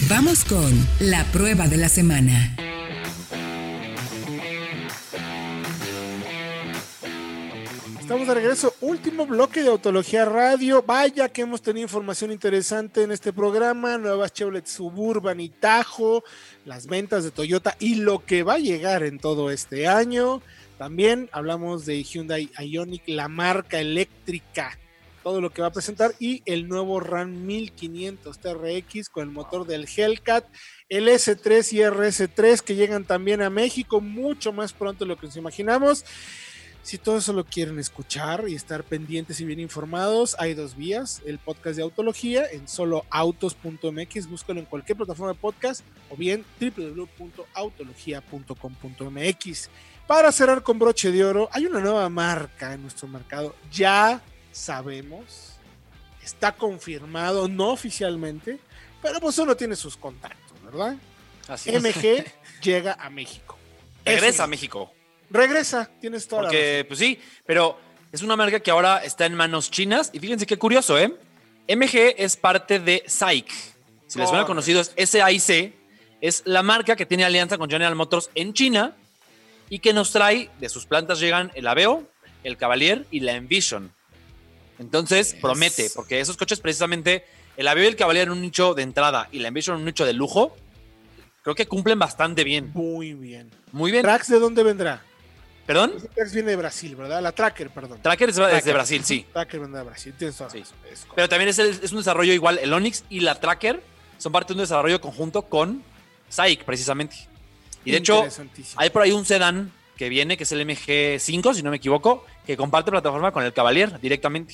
Vamos con la prueba de la semana. Estamos de regreso, último bloque de Autología Radio. Vaya que hemos tenido información interesante en este programa, nuevas Chevrolet Suburban y Tajo, las ventas de Toyota y lo que va a llegar en todo este año. También hablamos de Hyundai Ioniq, la marca eléctrica, todo lo que va a presentar, y el nuevo Ram 1500 TRX con el motor del Hellcat, el S3 y RS3 que llegan también a México mucho más pronto de lo que nos imaginamos. Si todo eso lo quieren escuchar y estar pendientes y bien informados, hay dos vías: el podcast de Autología en soloautos.mx, búscalo en cualquier plataforma de podcast, o bien www.autologia.com.mx. Para cerrar con broche de oro, hay una nueva marca en nuestro mercado, ya sabemos, está confirmado, no oficialmente, pero pues uno tiene sus contactos, ¿verdad? Así es. MG llega a México. Regresa a México. Regresa, tienes toda la razón. Porque, pues sí, pero es una marca que ahora está en manos chinas. Y fíjense qué curioso, ¿eh? MG es parte de SAIC. Si les suena conocido, es SAIC. Es la marca que tiene alianza con General Motors en China y que nos trae, de sus plantas llegan el Aveo, el Cavalier y la Envision. Entonces, promete, porque esos coches precisamente, el Aveo y el Cavalier en un nicho de entrada y la Envision en un nicho de lujo, creo que cumplen bastante bien. Muy bien. Muy bien. ¿Trax de dónde vendrá? ¿Perdón? Ese Trax viene de Brasil, ¿verdad? La Tracker, perdón. Tracker es de Brasil, sí. Tracker viene de Brasil, tienes toda la razón. Pero también es un desarrollo igual. El Onix y la Tracker son parte de un desarrollo conjunto con SAIC, precisamente. Y de hecho, hay por ahí un sedán que viene, que es el MG5, si no me equivoco, que comparte plataforma con el Cavalier directamente.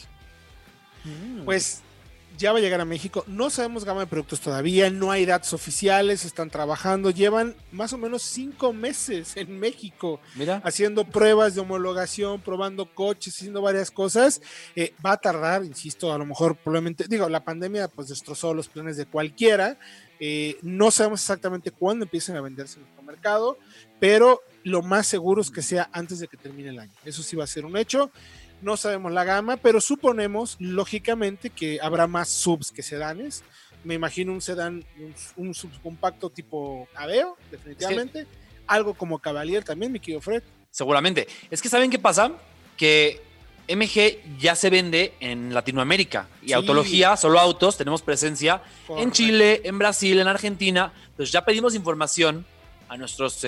Pues ya va a llegar a México. No sabemos gama de productos todavía, no hay datos oficiales, están trabajando, llevan más o menos 5 meses en México. Mira. Haciendo pruebas de homologación, probando coches, haciendo varias cosas. Va a tardar, insisto, a lo mejor probablemente, la pandemia pues destrozó los planes de cualquiera. No sabemos exactamente cuándo empiecen a venderse en nuestro mercado, pero lo más seguro es que sea antes de que termine el año. Eso sí va a ser un hecho. No sabemos la gama, pero suponemos, lógicamente, que habrá más subs que sedanes. Me imagino un sedán, un subcompacto tipo Aveo, definitivamente. Algo como Cavalier también, mi querido Fred. Seguramente. Es que ¿saben qué pasa? Que MG ya se vende en Latinoamérica. Y sí. Autología, Solo Autos, tenemos presencia en Chile, en Brasil, en Argentina. Entonces ya pedimos información a nuestros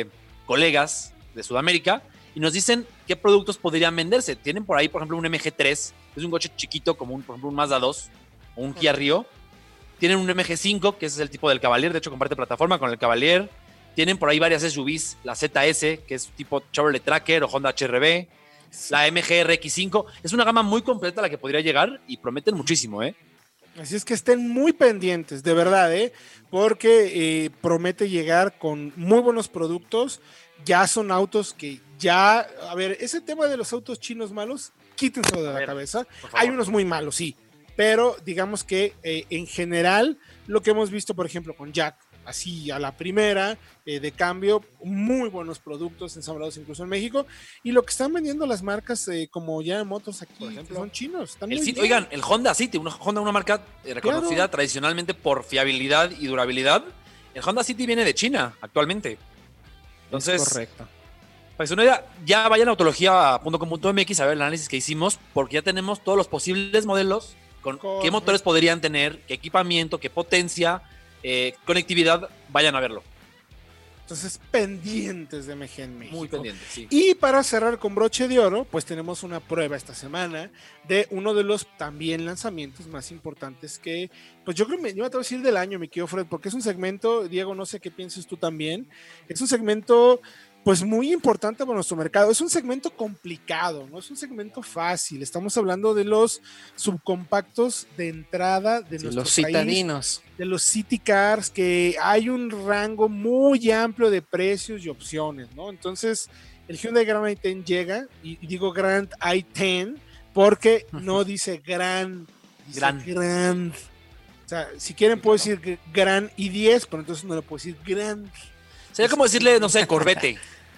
colegas de Sudamérica y nos dicen qué productos podrían venderse. Tienen por ahí, por ejemplo, un MG3, es un coche chiquito como por ejemplo, un Mazda 2 o un Kia Rio. Tienen un MG5, que ese es el tipo del Cavalier, de hecho comparte plataforma con el Cavalier. Tienen por ahí varias SUVs, la ZS, que es tipo Chevrolet Tracker o Honda HR-V, la MG RX5. Es una gama muy completa a la que podría llegar y prometen muchísimo, ¿eh? Así es que estén muy pendientes, de verdad, porque promete llegar con muy buenos productos. Ya son autos que ya, a ver, ese tema de los autos chinos malos, quítenselo de la cabeza. Hay unos muy malos, sí, pero digamos que en general, lo que hemos visto, por ejemplo, con Jack, así a la primera, de cambio, muy buenos productos ensamblados incluso en México, y lo que están vendiendo las marcas como General Motors aquí, por ejemplo, son chinos. Oigan, el Honda City, una marca reconocida tradicionalmente por fiabilidad y durabilidad. El Honda City viene de China actualmente. Entonces, correcto. Para que se una idea, ya vayan a autología.com.mx a ver el análisis que hicimos, porque ya tenemos todos los posibles modelos con qué motores podrían tener, qué equipamiento, qué potencia, conectividad, vayan a verlo. Entonces, pendientes de MG en México. Muy pendientes, sí. Y para cerrar con broche de oro, pues tenemos una prueba esta semana de uno de los también lanzamientos más importantes que, pues yo creo que yo me atrevo a decir del año, mi querido Fred, porque es un segmento, Diego, no sé qué pienses tú también, es un segmento pues muy importante para nuestro mercado. Es un segmento complicado, no es un segmento fácil. Estamos hablando de los subcompactos de entrada de nuestro los citadinos, país, de los city cars, que hay un rango muy amplio de precios y opciones, ¿no? Entonces, el Hyundai Grand i10 llega, y digo Grand i10 porque no dice Grand, dice Grand. O sea, si quieren puedo decir Grand i10, pero entonces no le puedo decir Grand. Sería como decirle, no sé, Corvette.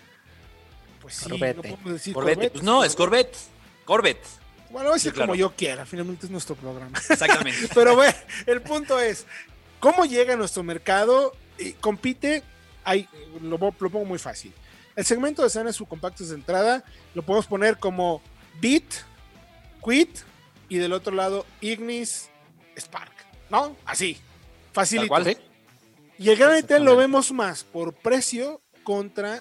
Pues sí, Corvette. no podemos decir Corvette. Pues no, es Corvette. Corvette. Bueno, voy a decir como yo quiera, finalmente es nuestro programa. Exactamente. Pero bueno, el punto es, ¿Cómo llega a nuestro mercado? Compite, lo pongo muy fácil. El segmento de sedanes subcompactos de entrada lo podemos poner como Beat, Kwid y del otro lado Ignis, Spark, ¿no? Así, facilito. ¿Cuál, sí? Y el Gran ITEL lo vemos más por precio contra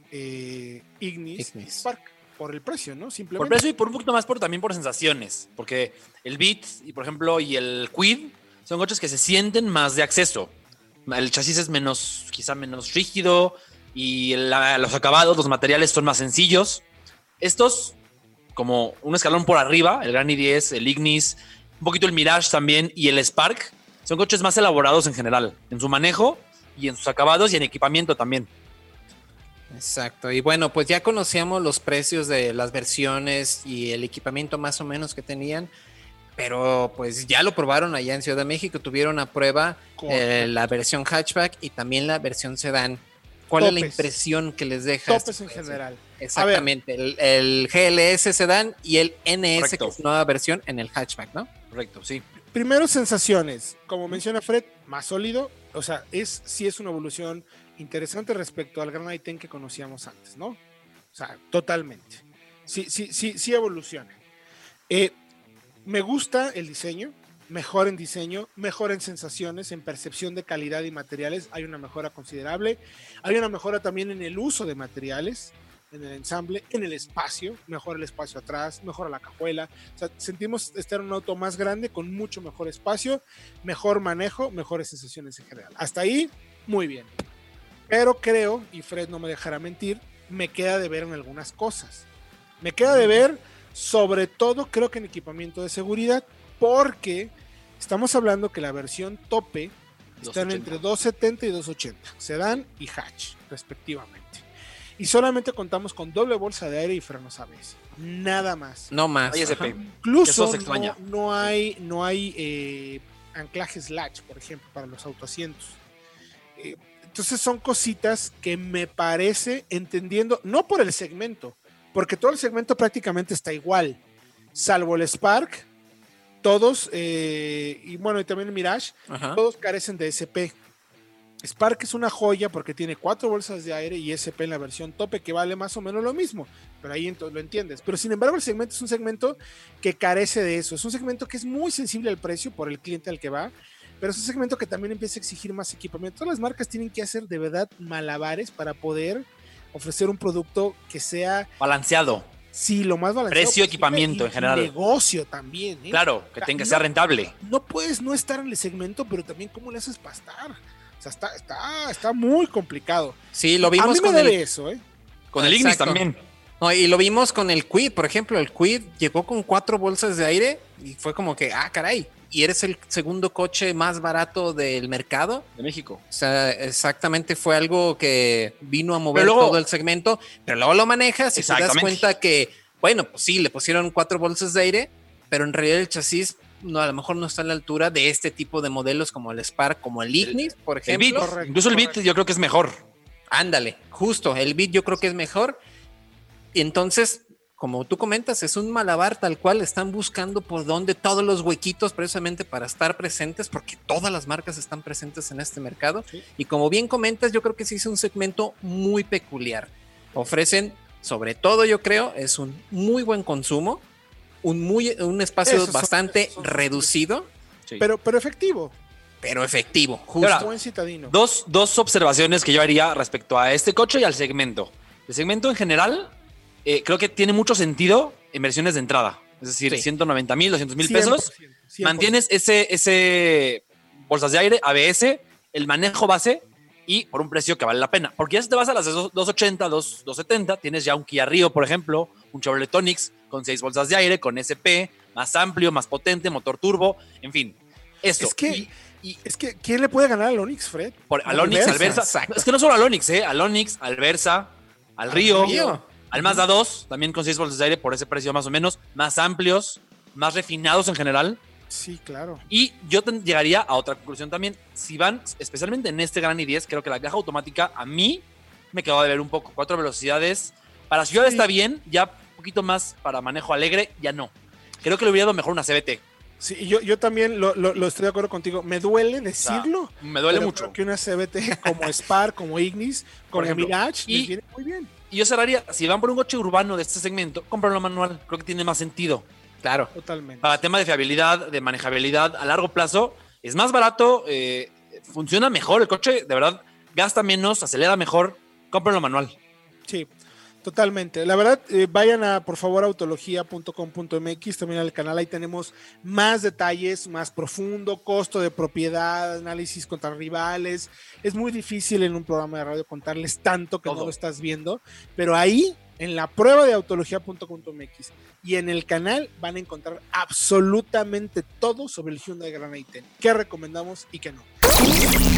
Ignis, Spark. Por el precio, ¿no? Simplemente. Por precio y por un poquito más también por sensaciones. Porque el Beat, y por ejemplo, y el Kwid son coches que se sienten más de acceso. El chasis es quizá menos rígido y los acabados, los materiales son más sencillos. Estos, como un escalón por arriba, el Gran i10, el Ignis, un poquito el Mirage también y el Spark, son coches más elaborados en general, en su manejo y en sus acabados y en equipamiento también. Exacto, y bueno, pues ya conocíamos los precios de las versiones y el equipamiento más o menos que tenían, pero pues ya lo probaron allá en Ciudad de México, tuvieron a prueba la versión hatchback y también la versión sedán. ¿Cuál es la impresión que les deja? Topes en general. Exactamente, el GLS sedán y el NS, Correcto. que es nueva versión en el hatchback, ¿no? Correcto, sí. Primero, sensaciones. Como menciona Fred, más sólido. O sea, sí es una evolución interesante respecto al Gran i10 que conocíamos antes, ¿no? O sea, totalmente. Sí evoluciona. Me gusta el diseño, mejor en diseño, mejor en sensaciones, en percepción de calidad y materiales. Hay una mejora considerable. Hay una mejora también en el uso de materiales, en el ensamble, en el espacio. Mejora el espacio atrás, mejora la cajuela. O sea, sentimos estar en un auto más grande con mucho mejor espacio, mejor manejo, mejores sensaciones en general. Hasta ahí, muy bien. Pero creo, y Fred no me dejará mentir, me queda de ver en algunas cosas. Me queda de ver, sobre todo, creo que en equipamiento de seguridad, porque estamos hablando que la versión tope están entre 270 y 280, sedán y hatch, respectivamente. Y solamente contamos con doble bolsa de aire y frenos ABS. Nada más. No más. Incluso no hay anclajes latch, por ejemplo, para los autoasientos. Entonces son cositas que me parece, entendiendo, no por el segmento, porque todo el segmento prácticamente está igual, salvo el Spark, todos, y bueno, y también el Mirage, todos carecen de SP. Spark es una joya porque tiene 4 bolsas de aire y SP en la versión tope, que vale más o menos lo mismo, pero ahí lo entiendes. Pero sin embargo el segmento es un segmento que carece de eso, es un segmento que es muy sensible al precio por el cliente al que va, pero es un segmento que también empieza a exigir más equipamiento. Todas las marcas tienen que hacer de verdad malabares para poder ofrecer un producto que sea balanceado. Sí, lo más balanceado. Precio, equipamiento en general. Negocio también. Claro, que tenga que ser rentable. No puedes no estar en el segmento, pero también cómo le haces para estar. O sea, está muy complicado. Sí, lo vimos a mí me debe eso, ¿eh? Con el Ignis también. No, y lo vimos con el Kwid, por ejemplo. El Kwid llegó con 4 bolsas de aire y fue como que, caray. Y eres el segundo coche más barato del mercado. De México. O sea, exactamente fue algo que vino a mover todo el segmento. Pero luego lo manejas y te das cuenta que, bueno, pues sí, le pusieron 4 bolsas de aire, pero en realidad el chasis a lo mejor no está a la altura de este tipo de modelos como el Spark, como el Ignis, por ejemplo. El Beat, correcto, incluso el Beat yo creo que es mejor. Ándale, justo, el Beat yo creo que es mejor. Y entonces, como tú comentas, es un malabar tal cual, están buscando por dónde todos los huequitos precisamente para estar presentes, porque todas las marcas están presentes en este mercado. Sí. Y como bien comentas, yo creo que sí es un segmento muy peculiar. Ofrecen, sobre todo yo creo, es un muy buen consumo, un espacio bastante reducido. Sí. Pero efectivo. Pero efectivo, justo. Ahora, buen citadino. Dos observaciones que yo haría respecto a este coche y al segmento. El segmento en general creo que tiene mucho sentido en versiones de entrada. Es decir, 190,000, 200,000 pesos. 100%. Mantienes ese bolsas de aire, ABS, el manejo base y por un precio que vale la pena. Porque ya si te vas a las 280, 270, tienes ya un Kia Rio, por ejemplo, un Chevrolet Onix con 6 bolsas de aire, con SP, más amplio, más potente, motor turbo, en fin. Eso. Es que ¿quién le puede ganar al Onix, Fred? Al Onix, al Versa. Es que no solo al Onix, al Onix, al Versa, al Rio, al Mazda 2, también con 6 bolsas de aire por ese precio más o menos, más amplios, más refinados en general. Sí, claro. Y yo llegaría a otra conclusión también. Si van, especialmente en este Gran i10, creo que la caja automática a mí me quedó de ver un poco. 4 velocidades. Para ciudad está bien, ya un poquito más para manejo alegre, ya no. Creo que le hubiera dado mejor una CVT. Sí, yo también lo estoy de acuerdo contigo. Me duele decirlo. Me duele mucho. Que una CVT como Spark, como Ignis, como Mirage, les viene muy bien. Y yo cerraría, si van por un coche urbano de este segmento, cómprenlo manual. Creo que tiene más sentido. Claro. Totalmente. Para tema de fiabilidad, de manejabilidad a largo plazo, es más barato, funciona mejor el coche, de verdad, gasta menos, acelera mejor, cómprenlo manual. Sí, totalmente. La verdad, vayan por favor a autologia.com.mx, también al canal, ahí tenemos más detalles, más profundo, costo de propiedad, análisis contra rivales. Es muy difícil en un programa de radio contarles tanto que no lo estás viendo, pero ahí en la prueba de autologia.com.mx y en el canal van a encontrar absolutamente todo sobre el Hyundai Grand i10, qué recomendamos y qué no.